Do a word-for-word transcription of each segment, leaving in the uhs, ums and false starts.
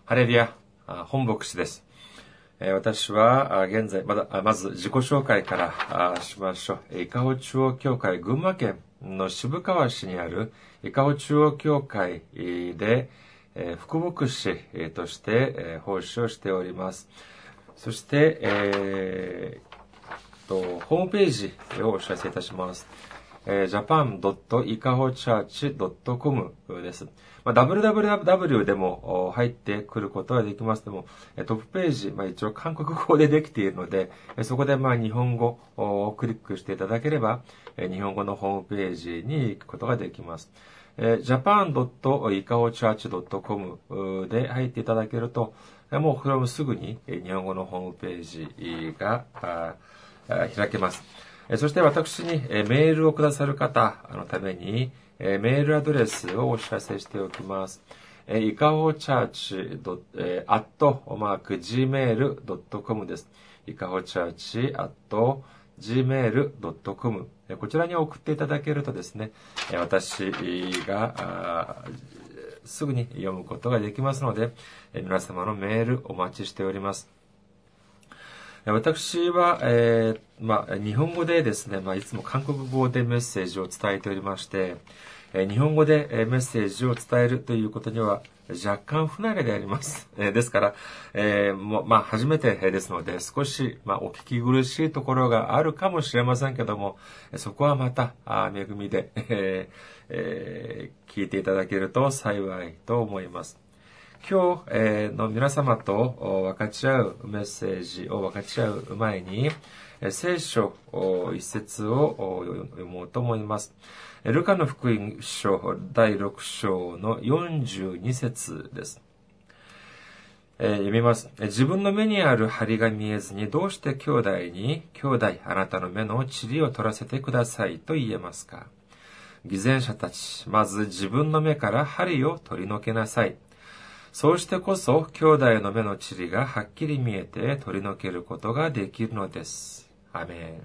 ハレルヤ、本牧師です。私は現在、まだ、まず自己紹介からしましょう。伊香保中央教会、群馬県の渋川市にある伊香保中央教会で、副牧師として奉仕をしております。そして、えー、とホームページをお知らせいたします。ジャパンドットイカホチャーチドットコム です。まあ、ダブリューダブリューダブリュー でも入ってくることができますでも、トップページ、まあ、一応韓国語でできているので、そこでまあ日本語をクリックしていただければ、日本語のホームページに行くことができます。ジャパンドットイカホチャーチドットコム で入っていただけると、もうこれもすぐに日本語のホームページが開けます。そして私にメールをくださる方のために、メールアドレスをお知らせしておきます。イカホチャーチアットマーク ジーメールドットコム です。イカホチャーチアット ジーメールドットコム こちらに送っていただけるとですね、私がすぐに読むことができますので、皆様のメールお待ちしております。私は、えーまあ、日本語でですね、まあ、いつも韓国語でメッセージを伝えておりまして、えー、日本語でメッセージを伝えるということには若干不慣れであります。えー、ですから、えーもまあ、初めてですので、少し、まあ、お聞き苦しいところがあるかもしれませんけども、そこはまた、あ恵みで、えーえー、聞いていただけると幸いと思います。今日の皆様と分かち合うメッセージを分かち合う前に、聖書一節を読もうと思います。ルカの福音書だいろく章のよんじゅうに節です。読みます。自分の目にある針が見えずにどうして兄弟に、兄弟あなたの目の塵を取らせてくださいと言えますか。偽善者たち、まず自分の目から針を取り除けなさい。そうしてこそ、兄弟の目の塵がはっきり見えて取り除けることができるのです。アメ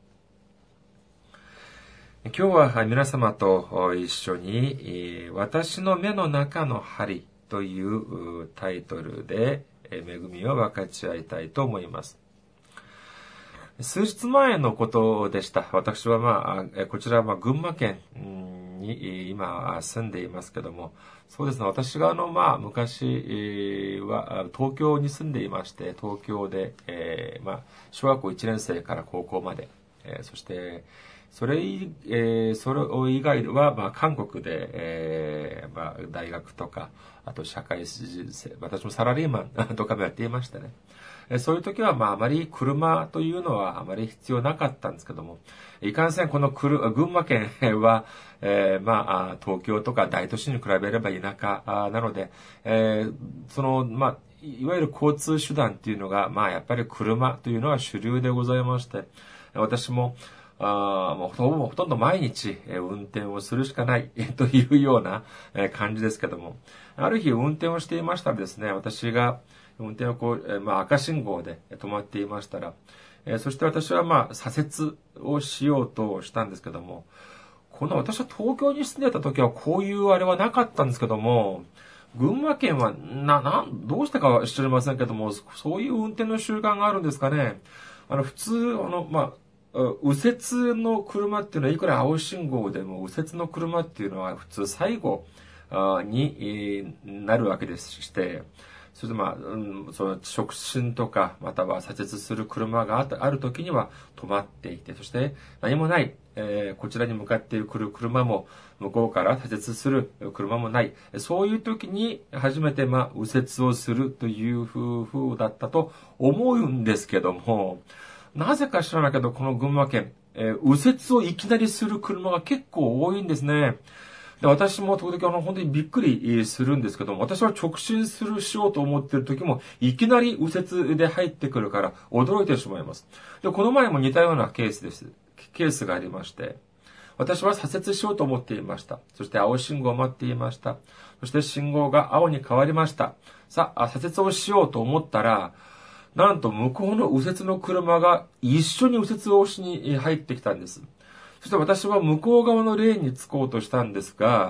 ン。今日は皆様と一緒に、私の目の中の針というタイトルで恵みを分かち合いたいと思います。数日前のことでした。私はまあ、こちらは群馬県に今住んでいますけども、そうですね、私があの、まあ、昔は東京に住んでいまして、東京で、えー、まあ、小学校いちねん生から高校まで、えー、そして、それ、えー、それ以外は、まあ、韓国で、えー、まあ、大学とか、あと社会人生、私もサラリーマンとかもやっていましてね。そういう時は、まあ、あまり車というのはあまり必要なかったんですけども、いかんせんこの群馬県は、えー、まあ、東京とか大都市に比べれば田舎なので、えー、その、まあ、いわゆる交通手段っていうのが、まあ、やっぱり車というのは主流でございまして、私も、あもうほとんど、ほとんど毎日運転をするしかないというような感じですけども、ある日運転をしていましたらですね、私が運転をこう、まあ、赤信号で止まっていましたら、えー、そして私はまあ左折をしようとしたんですけども、この私は東京に住んでた時はこういうあれはなかったんですけども、群馬県はな、な、どうしてかは知りませんけども、そういう運転の習慣があるんですかね。あの、普通、あの、まあ、右折の車っていうのは、いくら青信号でも右折の車っていうのは普通最後になるわけでして、それでまあ、うん、その直進とか、または左折する車がある時には止まっていて、そして何もない、えー、こちらに向かってくる車も、向こうから左折する車もない。そういう時に初めてまあ、右折をするという風だったと思うんですけども、なぜか知らないけど、この群馬県、えー、右折をいきなりする車が結構多いんですね。で私も時々あの本当にびっくりするんですけども、私は直進するしようと思っている時も、いきなり右折で入ってくるから驚いてしまいます。で、この前も似たようなケースです。ケースがありまして、私は左折しようと思っていました。そして青信号を待っていました。そして信号が青に変わりました。さあ、左折をしようと思ったら、なんと向こうの右折の車が一緒に右折をしに入ってきたんです。そして私は向こう側のレーンに着こうとしたんですが、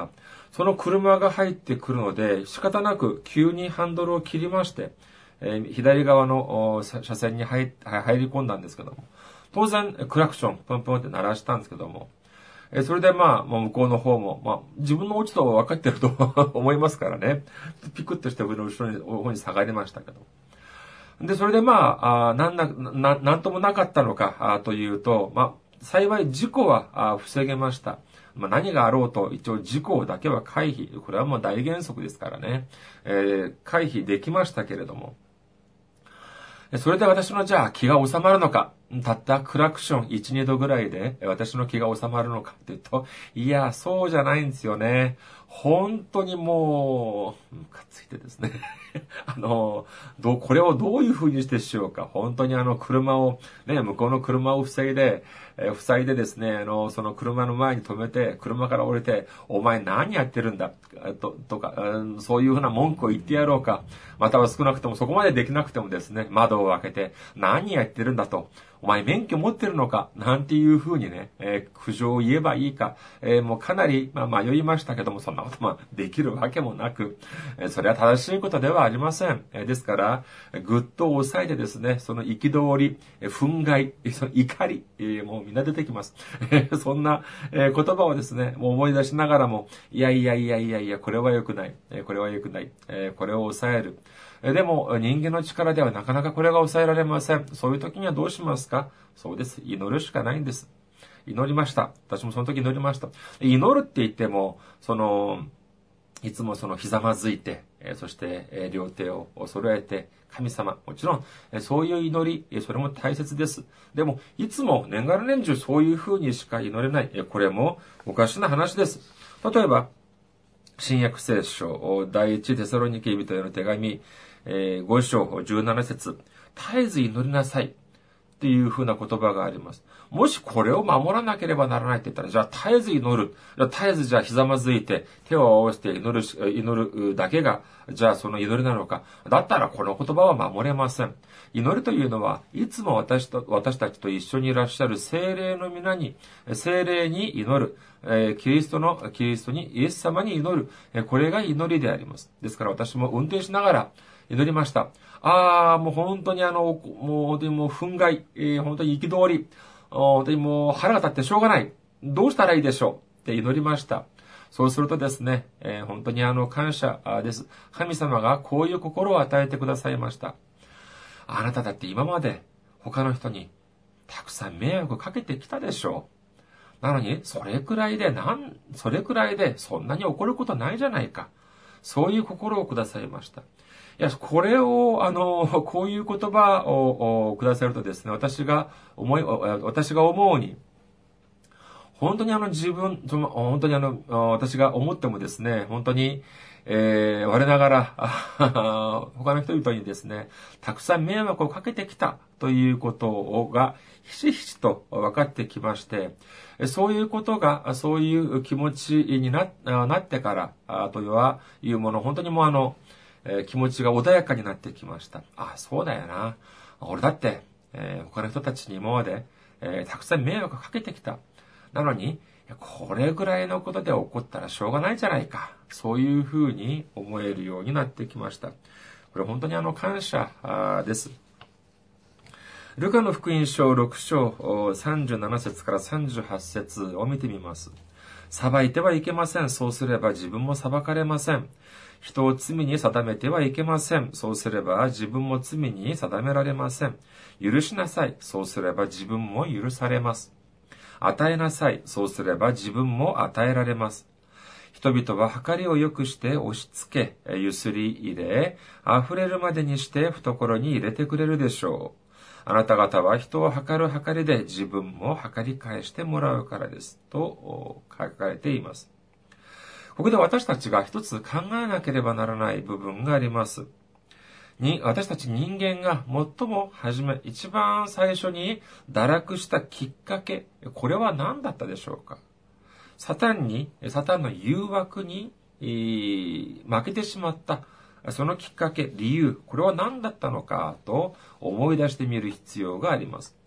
その車が入ってくるので、仕方なく急にハンドルを切りまして、えー、左側の車線に入り込んだんですけども、当然、クラクション、プンプンって鳴らしたんですけども、えー、それでまあ、向こうの方も、まあ、自分の落ち度は分かってると思いますからね、ピクッとして後ろに、方に下がりましたけど。で、それでまあ、あなんな、な、なんともなかったのか、あというと、まあ、幸い事故はあ防げました。まあ、何があろうと、一応事故だけは回避。これはもう大原則ですからね。えー、回避できましたけれども。それで私のじゃあ気が収まるのか。たったクラクションいち、にどぐらいで私の気が収まるのかっていうと、いや、そうじゃないんですよね。本当にもう、ムカついてですね。あの、どう、これをどういう風にしてしようか。本当にあの車を、ね、向こうの車を防いで、えー、塞いでですね、あの、その車の前に止めて、車から降りて、お前何やってるんだと、とか、うん、そういう風な文句を言ってやろうか。または少なくともそこまでできなくてもですね、窓を開けて、何やってるんだと。お前免許持ってるのかなんていう風にね、えー、苦情を言えばいいか、えー、もうかなり、まあ、迷いましたけども、そんなこともできるわけもなく、えー、それは正しいことではありません。えー、ですから、ぐっと抑えてですね、その憤り、えー、憤慨、その怒り、えー、もうみんな出てきます。そんな、えー、言葉をですね、もう思い出しながらも、いやいやいやいやいや、これは良くない、えー、これは良くない、えー、これを抑える。でも、人間の力ではなかなかこれが抑えられません。そういう時にはどうしますか？そうです。祈るしかないんです。祈りました。私もその時祈りました。祈るって言っても、その、いつもそのひざまずいて、そして両手を揃えて、神様、もちろん、そういう祈り、それも大切です。でも、いつも年がら年中そういう風にしか祈れない。これもおかしな話です。例えば、新約聖書、第一テサロニケ人への手紙、えー、ご章じゅうなな節、絶えず祈りなさいっていう風な言葉があります。もしこれを守らなければならないって言ったら、じゃあ絶えず祈る。じゃあ絶えずじゃあひざまずいて、手を合わせて祈るし、祈るだけが、じゃあその祈りなのか。だったらこの言葉は守れません。祈りというのは、いつも私と、私たちと一緒にいらっしゃる聖霊の皆に、聖霊に祈る。えー、キリストの、キリストに、イエス様に祈る。えー、これが祈りであります。ですから私も運転しながら祈りました。ああ、もう本当にあの、もう本当にもう憤慨、えー、本当に憤り、本当にもう腹が立ってしょうがない。どうしたらいいでしょうって祈りました。そうするとですね、えー、本当にあの感謝です。神様がこういう心を与えてくださいました。あなただって今まで他の人にたくさん迷惑かけてきたでしょう。なのに、それくらいで、なん、それくらいで、そんなに怒ることないじゃないか。そういう心をくださいました。いや、これを、あの、こういう言葉をくださるとですね、私が思い、私が思うに、本当にあの自分、本当にあの、私が思ってもですね、本当に、えー、我ながら、他の人々にですね、たくさん迷惑をかけてきたということが、ひしひしと分かってきまして、そういうことが、そういう気持ちに な, なってから、というもの、本当にもうあの、えー、気持ちが穏やかになってきました。あ、そうだよな。俺だって、えー、他の人たちに今まで、えー、たくさん迷惑をかけてきた。なのに、これぐらいのことで起こったらしょうがないじゃないか。そういうふうに思えるようになってきました。これ本当にあの感謝です。ルカの福音書ろく章さんじゅうなな節からさんじゅうはち節を見てみます。裁いてはいけません。そうすれば自分も裁かれません。人を罪に定めてはいけません。そうすれば自分も罪に定められません。許しなさい。そうすれば自分も許されます。与えなさい。そうすれば自分も与えられます。人々は計りを良くして押し付け、ゆすり入れ、溢れるまでにして懐に入れてくれるでしょう。あなた方は人を計る計りで自分も計り返してもらうからです。と書かれています。ここで私たちが一つ考えなければならない部分があります。に、私たち人間が最も初め、一番最初に堕落したきっかけ、これは何だったでしょうか？サタンに、サタンの誘惑に、えー、負けてしまった、そのきっかけ、理由、これは何だったのかと思い出してみる必要があります。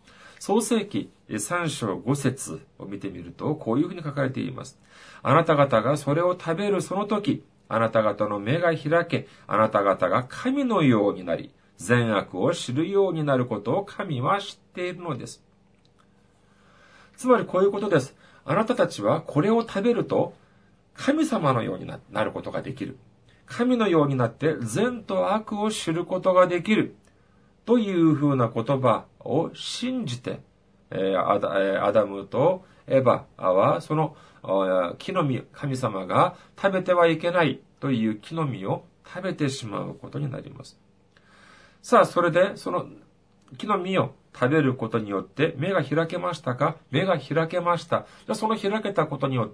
創世記さん章ご節を見てみると、こういうふうに書かれています。あなた方がそれを食べるその時、あなた方の目が開け、あなた方が神のようになり、善悪を知るようになることを神は知っているのです。つまりこういうことです。あなたたちはこれを食べると、神様のようになることができる。神のようになって善と悪を知ることができる。というふうな言葉を信じて、アダムとエバはその木の実、神様が食べてはいけないという木の実を食べてしまうことになります。さあ、それでその木の実を食べることによって目が開けましたか？目が開けました。じゃあその開けたことによって、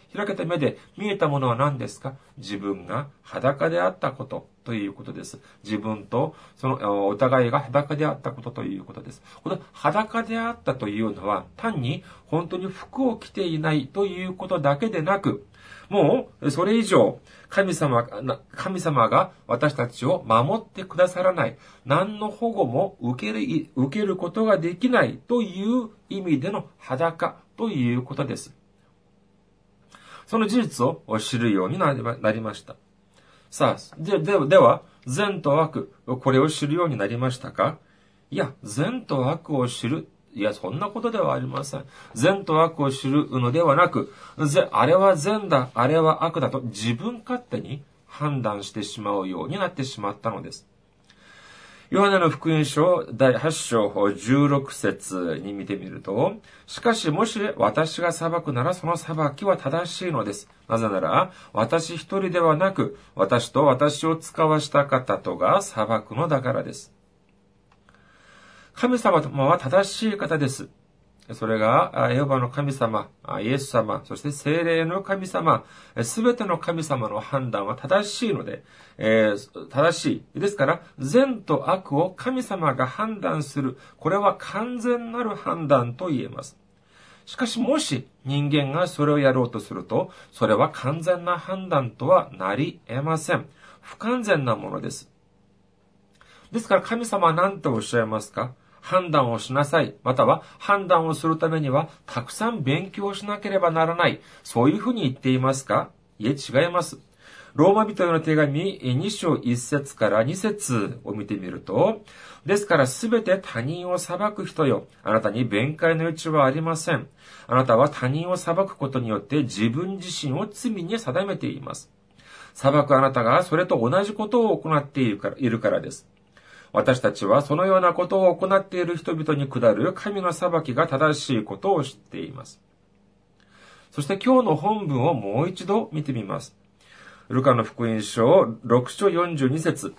開けた目で見えたものは何ですか？自分が裸であったことということです。自分とそのお互いが裸であったことということです。この裸であったというのは単に本当に服を着ていないということだけでなく、もうそれ以上神様、神様が私たちを守ってくださらない、何の保護も受ける、受けることができないという意味での裸ということです。その事実を知るようになりました。さあ、で、ででは、善と悪、これを知るようになりましたか？いや、善と悪を知る。いや、そんなことではありません。善と悪を知るのではなく、あれは善だ、あれは悪だと自分勝手に判断してしまうようになってしまったのです。ヨハネの福音書だいはち章じゅうろく節に見てみると、しかしもし私が裁くならその裁きは正しいのです。なぜなら、私一人ではなく、私と私を使わした方とが裁くのだからです。神様は正しい方です。それが、エホバの神様、イエス様、そして聖霊の神様、すべての神様の判断は正しいので、えー、正しい。ですから、善と悪を神様が判断する。これは完全なる判断と言えます。しかし、もし人間がそれをやろうとすると、それは完全な判断とはなり得ません。不完全なものです。ですから神様は何とおっしゃいますか？判断をしなさい。または判断をするためにはたくさん勉強しなければならない。そういうふうに言っていますか？いえ、違います。ローマ人への手紙に章いち節からに節を見てみると、ですからすべて他人を裁く人よ。あなたに弁解の余地はありません。あなたは他人を裁くことによって自分自身を罪に定めています。裁くあなたがそれと同じことを行っているから、いるからです。私たちはそのようなことを行っている人々に下る神の裁きが正しいことを知っています。そして今日の本文をもう一度見てみます。ルカの福音書ろく章よんじゅうに節。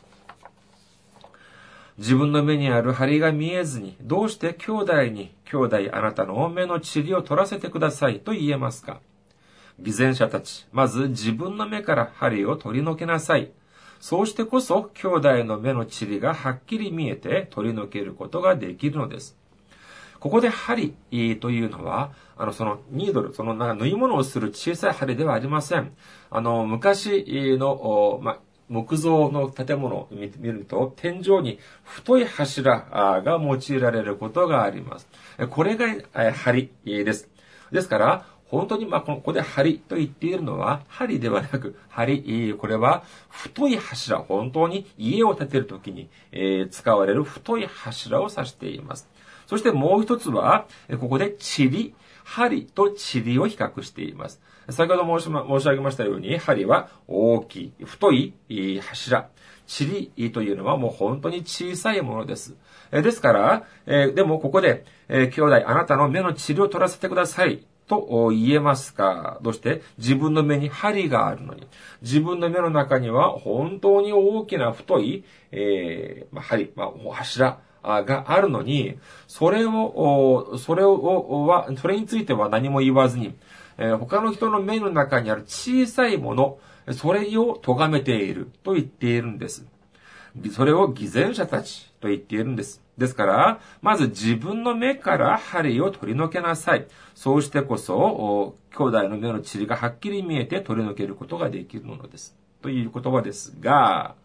自分の目にある針が見えずに、どうして兄弟に、兄弟あなたの目の塵を取らせてくださいと言えますか？偽善者たち、まず自分の目から針を取り除けなさい。そうしてこそ兄弟の目の塵がはっきり見えて取り除けることができるのです。ここで針というのは、あの、そのニードル、その縫い物をする小さい針ではありません。あの、昔の、ま、木造の建物を見ると、天井に太い柱が用いられることがあります。これが針です。ですから、本当に、まあ、ここで針と言っているのは、針ではなく、針、これは太い柱、本当に家を建てるときに、えー、使われる太い柱を指しています。そしてもう一つは、ここで塵、針と塵を比較しています。先ほど申し、申し上げましたように、針は大きい、太い柱。塵というのはもう本当に小さいものです。ですから、えー、でもここで、えー、兄弟、あなたの目の塵を取らせてください。と言えますか？どうして自分の目に針があるのに、自分の目の中には本当に大きな太い、えー、まあ、針、まあ、柱があるのに、それを、それを、は、それについては何も言わずに、えー、他の人の目の中にある小さいもの、それを咎めていると言っているんです。それを偽善者たちと言っているんです。ですから、まず自分の目から針を取り除けなさい。そうしてこそ、兄弟の目の塵がはっきり見えて取り除けることができるのです。という言葉ですが、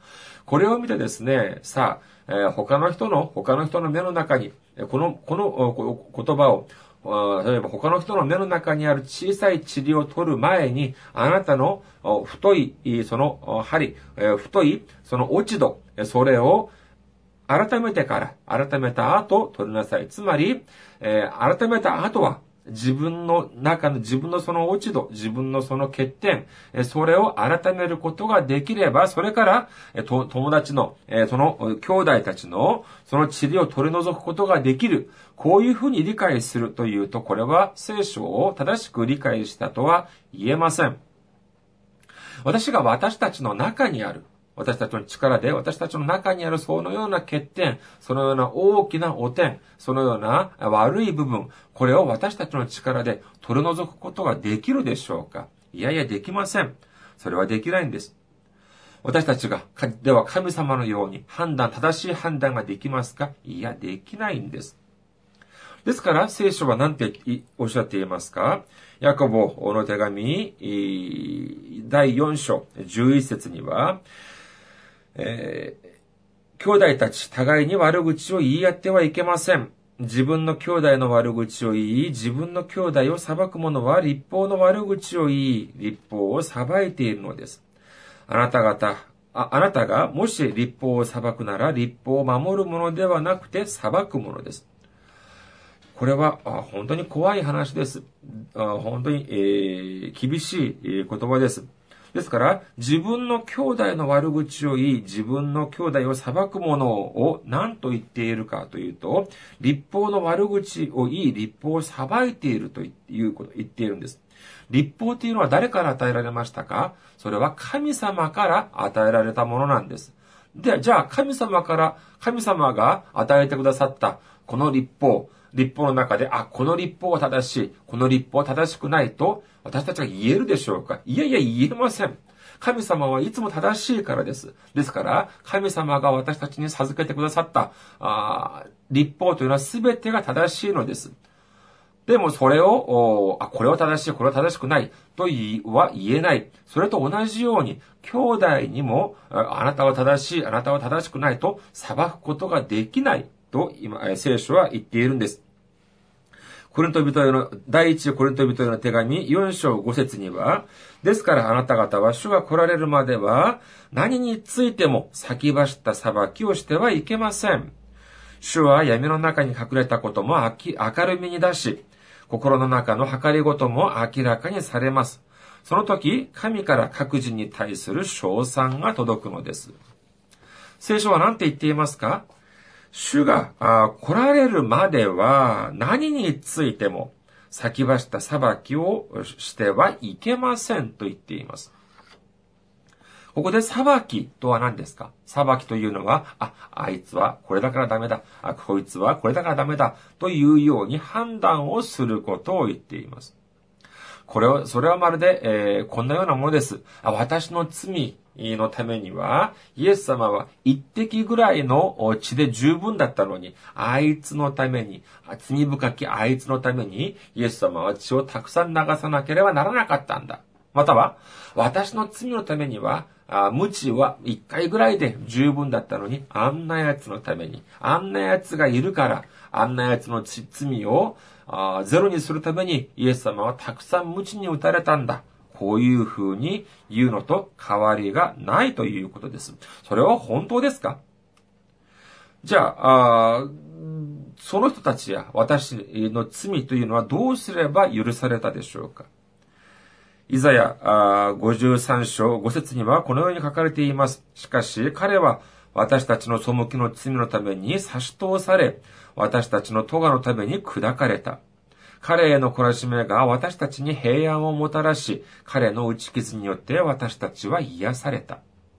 これを見てですね、さあ、えー、他の人の、他の人の目の中に、この、この言葉を、例えば他の人の目の中にある小さい塵を取る前に、あなたの太い、その針、太い、その落ち度、それを改めてから、改めた後取りなさい。つまり、えー、改めた後は、自分の中の、自分のその落ち度、自分のその欠点、それを改めることができれば、それから、と友達の、その兄弟たちの、その塵を取り除くことができる。こういうふうに理解するというと、これは聖書を正しく理解したとは言えません。私が私たちの中にある、私たちの力で、私たちの中にあるそのような欠点、そのような大きな汚点、そのような悪い部分、これを私たちの力で取り除くことができるでしょうか？いやいや、できません。それはできないんです。私たちが、では神様のように判断、正しい判断ができますか？いや、できないんです。ですから、聖書は何ておっしゃっていますか？ヤコボの手紙、だいよん章、じゅういち節には、えー、兄弟たち、互いに悪口を言い合ってはいけません。自分の兄弟の悪口を言い、自分の兄弟を裁く者は立法の悪口を言い、立法を裁いているのです。あなた方、あ、あなたがもし立法を裁くなら、立法を守るものではなくて裁くものです。これは本当に怖い話です。本当に、えー、厳しい言葉です。ですから、自分の兄弟の悪口を言い、自分の兄弟を裁くものを何と言っているかというと、立法の悪口を言い、立法を裁いているということを言っているんです。立法というのは誰から与えられましたか？それは神様から与えられたものなんです。で、じゃあ神様から、神様が与えてくださったこの立法、立法の中で、あ、この立法は正しい、この立法は正しくないと、私たちが言えるでしょうか？いやいや、言えません。神様はいつも正しいからです。ですから、神様が私たちに授けてくださった、あ立法というのは全てが正しいのです。でもそれを、あ、これは正しい、これは正しくないとは言えない。それと同じように、兄弟にも、あなたは正しい、あなたは正しくないと裁くことができないと、今、聖書は言っているんです。コリント人への、第一コリント人への手紙よん章ご節には、ですからあなた方は主が来られるまでは、何についても先走った裁きをしてはいけません。主は闇の中に隠れたことも明るみに出し、心の中の計りごとも明らかにされます。その時、神から各人に対する称賛が届くのです。聖書は何て言っていますか？主が来られるまでは何についても先走った裁きをしてはいけませんと言っています。ここで裁きとは何ですか？裁きというのは、あ、あいつはこれだからダメだ。あ、こいつはこれだからダメだ。というように判断をすることを言っています。これは、それはまるで、えー、こんなようなものです。あ、私の罪のためには、イエス様は一滴ぐらいの血で十分だったのに、あいつのために、罪深きあいつのために、イエス様は血をたくさん流さなければならなかったんだ。または、私の罪のためには、あ無知は一回ぐらいで十分だったのに、あんな奴のために、あんな奴がいるから、あんな奴の罪をあゼロにするために、イエス様はたくさん無知に打たれたんだ。こういう風に言うのと変わりがないということです。それは本当ですか？じゃあ、あその人たちや私の罪というのはどうすれば許されたでしょうか？イザヤごじゅうさん章ご節にはこのように書かれています。しかし彼は私たちの背きの罪のために差し通され、私たちの咎のために砕かれた。彼への懲らしめが私たちに平安をもたらし、彼の打ち傷によって私たちは癒された。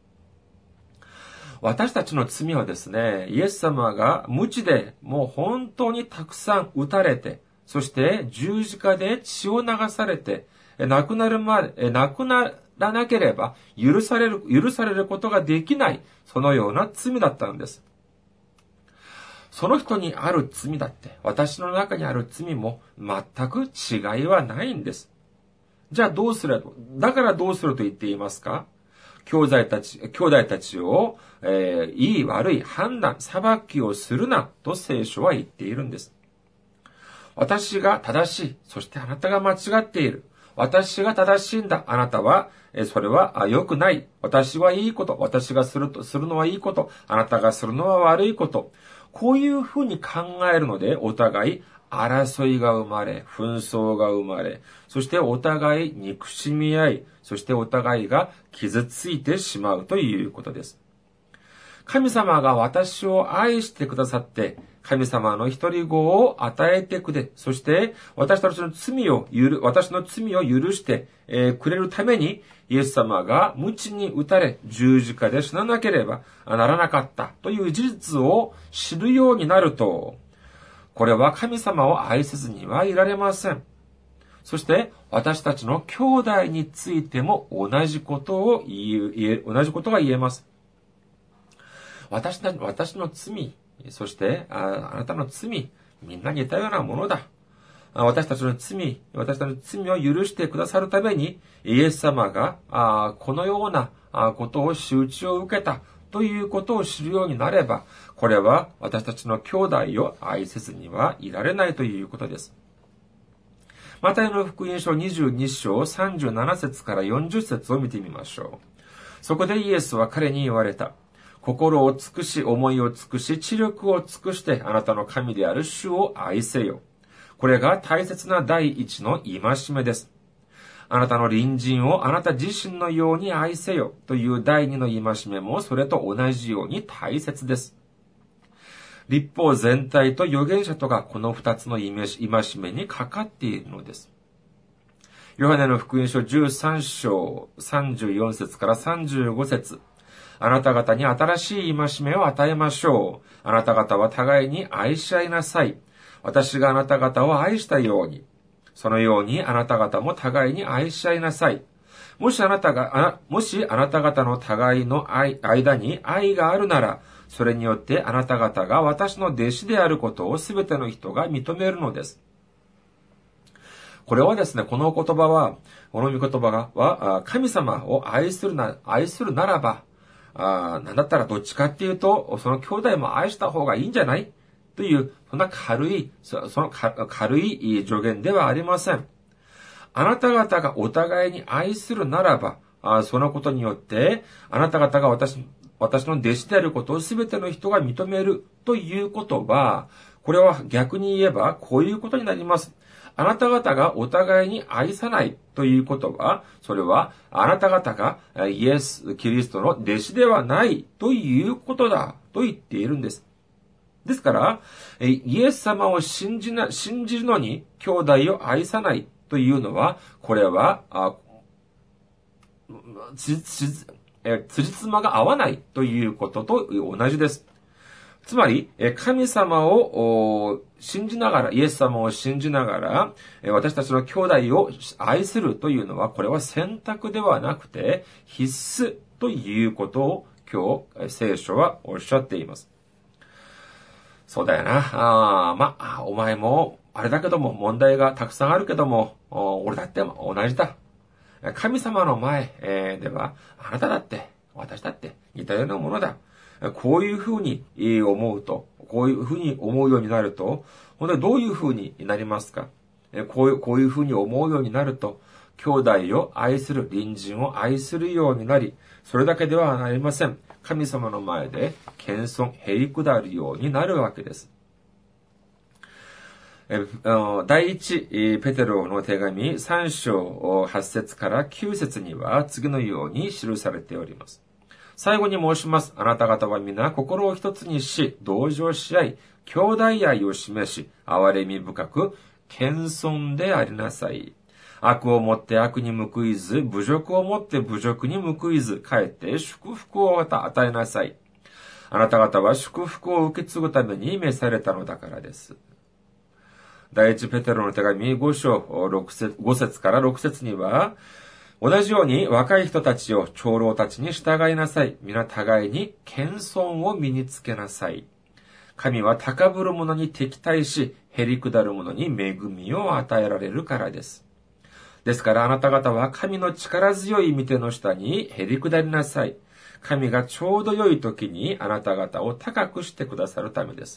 私たちの罪はですね、イエス様が無知でもう本当にたくさん打たれて、そして十字架で血を流されて、亡くなるまで、亡くならなければ許される、許されることができない、そのような罪だったんです。その人にある罪だって、私の中にある罪も全く違いはないんです。じゃあどうするだからどうすると言っていますか？ 兄弟たち、兄弟たちを、えー、いい悪い判断、裁きをするな、と聖書は言っているんです。私が正しい。そしてあなたが間違っている。私が正しいんだ。あなたは、えそれは良くない。私はいいこと。私がすると、するのはいいこと。あなたがするのは悪いこと。こういうふうに考えるので、お互い争いが生まれ、紛争が生まれ、そしてお互い憎しみ合い、そしてお互いが傷ついてしまうということです。神様が私を愛してくださって、神様の一人子を与えてくれ、そして私たちの罪を許、私の罪を許して、えー、くれるために、イエス様が鞭に打たれ、十字架で死ななければならなかったという事実を知るようになると、これは神様を愛せずにはいられません。そして私たちの兄弟についても同じことを言え、同じことが言えます。私た、私の罪、そしてあ、あなたの罪、みんな似たようなものだ。私たちの罪、私たちの罪を許してくださるために、イエス様があこのようなことを仕打ちを受けたということを知るようになれば、これは私たちの兄弟を愛せずにはいられないということです。マタイの福音書にじゅうに章さんじゅうなな節からよんじゅう節を見てみましょう。そこでイエスは彼に言われた。心を尽くし、思いを尽くし、知力を尽くして、あなたの神である主を愛せよ。これが大切な第一の戒めです。あなたの隣人をあなた自身のように愛せよという第二の戒めもそれと同じように大切です。律法全体と預言者とがこの二つの戒めにかかっているのです。ヨハネの福音書じゅうさん章さんじゅうよん節からさんじゅうご節。あなた方に新しい戒めを与えましょう。あなた方は互いに愛し合いなさい。私があなた方を愛したように。そのようにあなた方も互いに愛し合いなさい。もしあなたが、もしあなた方の互いの愛、間に愛があるなら、それによってあなた方が私の弟子であることをすべての人が認めるのです。これはですね、この言葉は、この御言葉が、は、神様を愛するな、愛するならば、あなんだったらどっちかっていうと、その兄弟も愛した方がいいんじゃないという、そんな軽い、その軽い助言ではありません。あなた方がお互いに愛するならば、あそのことによって、あなた方が私、私の弟子であることを全ての人が認めるということは、これは逆に言えばこういうことになります。あなた方がお互いに愛さないということは、それはあなた方がイエス・キリストの弟子ではないということだと言っているんです。ですから、イエス様を信じな、信じるのに兄弟を愛さないというのは、これは、あつ、つ、え、つじつまが合わないということと同じです。つまり、神様を信じながら、イエス様を信じながら、私たちの兄弟を愛するというのは、これは選択ではなくて、必須ということを今日、聖書はおっしゃっています。そうだよな。あまあ、お前も、あれだけども、問題がたくさんあるけども、俺だって同じだ。神様の前では、あなただって、私だって似たようなものだ。こういうふうに思うと、こういうふうに思うようになると、本当にどういうふうになりますか？こういう、こういうふうに思うようになると、兄弟を愛する、隣人を愛するようになり、それだけではありません。神様の前で謙遜、へりくだるようになるわけです。第一ペテロの手紙さん章はち節からきゅう節には次のように記されております。最後に申します。あなた方は皆心を一つにし、同情し合い、兄弟愛を示し、憐れみ深く、謙遜でありなさい。悪をもって悪に報いず、侮辱をもって侮辱に報いず、かえって祝福を与えなさい。あなた方は祝福を受け継ぐために召されたのだからです。第一ペテロの手紙ご章ご節からろく節には、同じように若い人たちを長老たちに従いなさい。皆互いに謙遜を身につけなさい。神は高ぶる者に敵対し、へりくだる者に恵みを与えられるからです。 ですからあなた方は神の力強い御手の下にへり下りなさい。神がちょうど良い時にあなた方を高くしてくださるためです。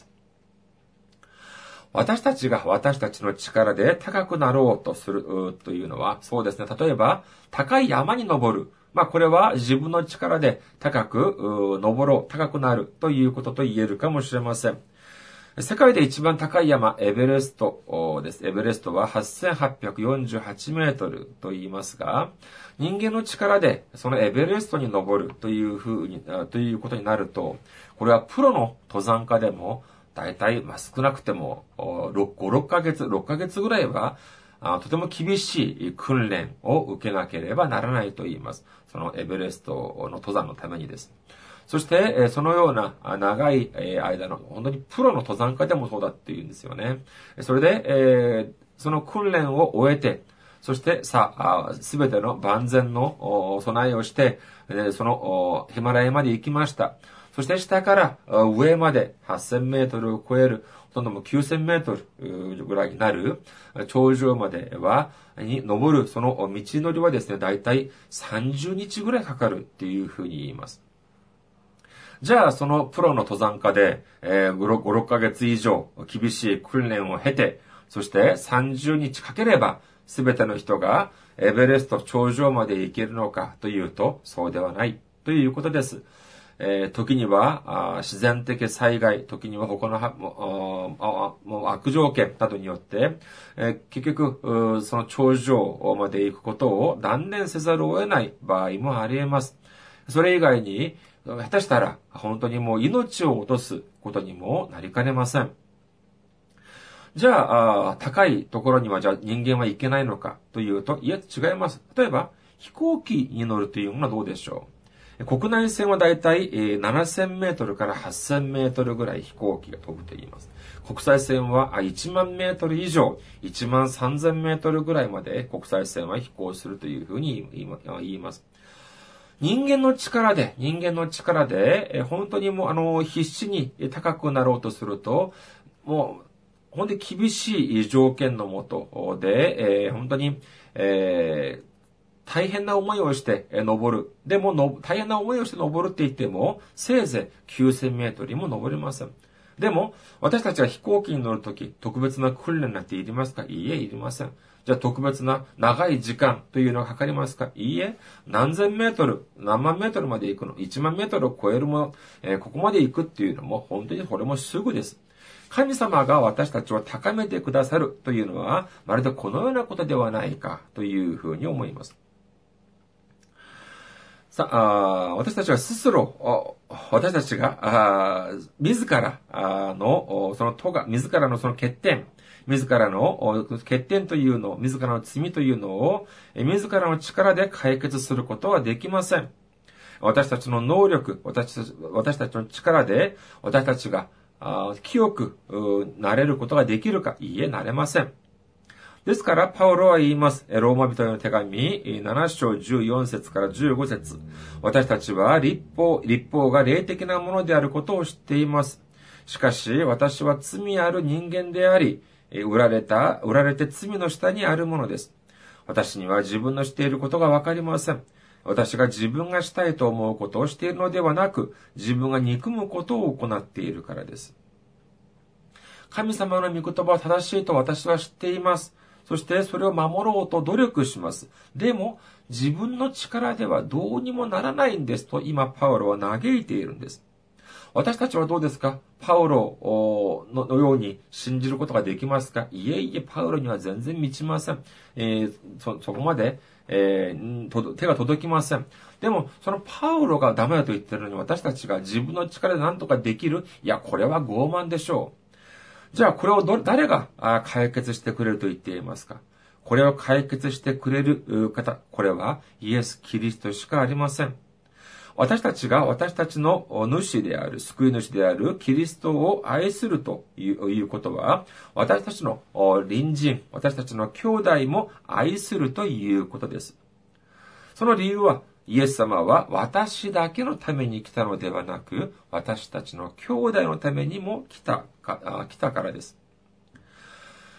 私たちが私たちの力で高くなろうとするというのは、そうですね。例えば、高い山に登る。まあ、これは自分の力で高く登ろう、高くなるということと言えるかもしれません。世界で一番高い山、エベレストです。エベレストははっせんはっぴゃくよんじゅうはちメートルと言いますが、人間の力でそのエベレストに登るというふうに、ということになると、これはプロの登山家でも、大体、まあ、少なくても、ご、ろっかげつ、ろっかげつぐらいは、とても厳しい訓練を受けなければならないと言います。そのエベレストの登山のためにです。そして、そのような長い間の、本当にプロの登山家でもそうだっていうんですよね。それで、その訓練を終えて、そしてさ、すべての万全の備えをして、そのヒマラヤまで行きました。そして下から上まではっせんメートルを超える、ほとんどもきゅうせんメートルぐらいになる頂上までは、に登るその道のりはですね、だいたいさんじゅうにちぐらいかかるっていうふうに言います。じゃあ、そのプロの登山家で、えー、ご、ろっかげつ以上厳しい訓練を経て、そしてさんじゅうにちかければ、すべての人がエベレスト頂上まで行けるのかというと、そうではないということです。えー、時にはあ自然的災害、時には他のはもあもう悪条件などによって、えー、結局、その頂上まで行くことを断念せざるを得ない場合もあり得ます。それ以外に、下手したら本当にもう命を落とすことにもなりかねません。じゃあ、あ高いところにはじゃあ人間は行けないのかというと、いや違います。例えば、飛行機に乗るというのはどうでしょう。国内線はだいたいななせんメートルからはっせんメートルぐらい飛行機が飛ぶと言います。国際線はいちまんメートル以上、いちまんさんぜんメートルぐらいまで国際線は飛行するというふうに言います。人間の力で、人間の力で、本当にもうあの、必死に高くなろうとすると、もう、本当に厳しい条件のもとで、えー、本当に、えー大変な思いをして登る。でもの、大変な思いをして登るって言っても、せいぜいきゅうせんメートルにも登れません。でも、私たちは飛行機に乗るとき、特別な訓練なんていりますか？いいえ、いりません。じゃあ特別な長い時間というのがかかりますか？いいえ、何千メートル、何万メートルまで行くの？いちまんメートルを超えるもの、えー、ここまで行くっていうのも、本当にこれもすぐです。神様が私たちを高めてくださるというのは、まるでこのようなことではないかというふうに思います。さあ、私たちはススロ、私たちが、自らの、その都が、自らのその欠点、自らの欠点というのを、自らの罪というのを、自らの力で解決することはできません。私たちの能力、私たち私たちの力で、私たちが清くなれることができるか、いいえ、なれません。ですから、パウロは言います。ローマ人への手紙、なな章じゅうよん節からじゅうご節。私たちは立法、立法が霊的なものであることを知っています。しかし、私は罪ある人間であり、売られた、売られて罪の下にあるものです。私には自分のしていることがわかりません。私が自分がしたいと思うことをしているのではなく、自分が憎むことを行っているからです。神様の御言葉は正しいと私は知っています。そしてそれを守ろうと努力します。でも自分の力ではどうにもならないんですと今パウロは嘆いているんです。私たちはどうですか？パウロのように信じることができますか？いえいえ、パウロには全然満ちません。えー、そ、そこまで、えー、手が届きません。でも、そのパウロがダメだと言ってるのに私たちが自分の力で何とかできる？いや、これは傲慢でしょう。じゃあ、これをど、誰が解決してくれると言っていますか？これを解決してくれる方、これはイエス・キリストしかありません。私たちが私たちの主である、救い主であるキリストを愛するということは、私たちの隣人、私たちの兄弟も愛するということです。その理由は、イエス様は私だけのために来たのではなく、私たちの兄弟のためにも来たか、来たからです。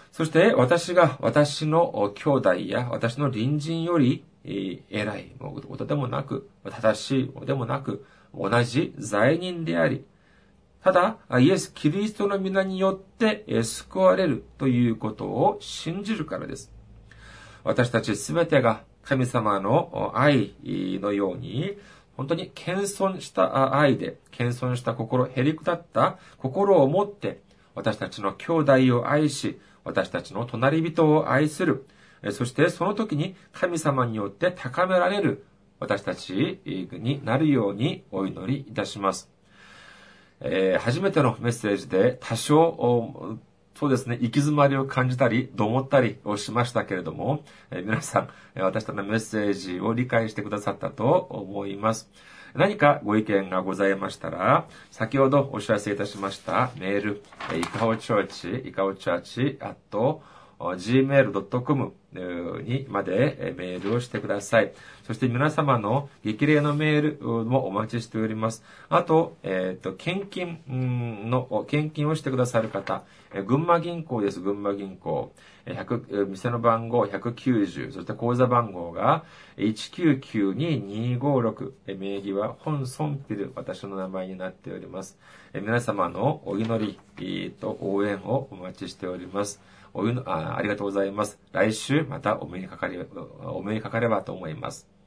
そして私が私の兄弟や私の隣人より偉いことでもなく、正しいものでもなく、同じ罪人であり、ただ、イエス・キリストの皆によって救われるということを信じるからです。私たちすべてが神様の愛のように、本当に謙遜した愛で、謙遜した心、へりくだった心を持って、私たちの兄弟を愛し、私たちの隣人を愛する。そしてその時に神様によって高められる私たちになるようにお祈りいたします。えー、初めてのメッセージで多少、そうですね、行き詰まりを感じたり、どもったりをしましたけれども、えー、皆さん、私たちのメッセージを理解してくださったと思います。何かご意見がございましたら、先ほどお知らせいたしましたメール、いかおチョーチ、いかおチャーチ、アット、ジーメールドットコム にまでメールをしてください。そして皆様の激励のメールもお待ちしております。あと、えっと、献金の、献金をしてくださる方、群馬銀行です、群馬銀行。ひゃく店の番号ひゃくきゅうじゅう、そして口座番号がいちきゅうきゅうににごろく、名義は本尊ピル、私の名前になっております。皆様のお祈りと応援をお待ちしております。おゆの あ, ありがとうございます。来週またお目にかかれ、お目にかかればと思います。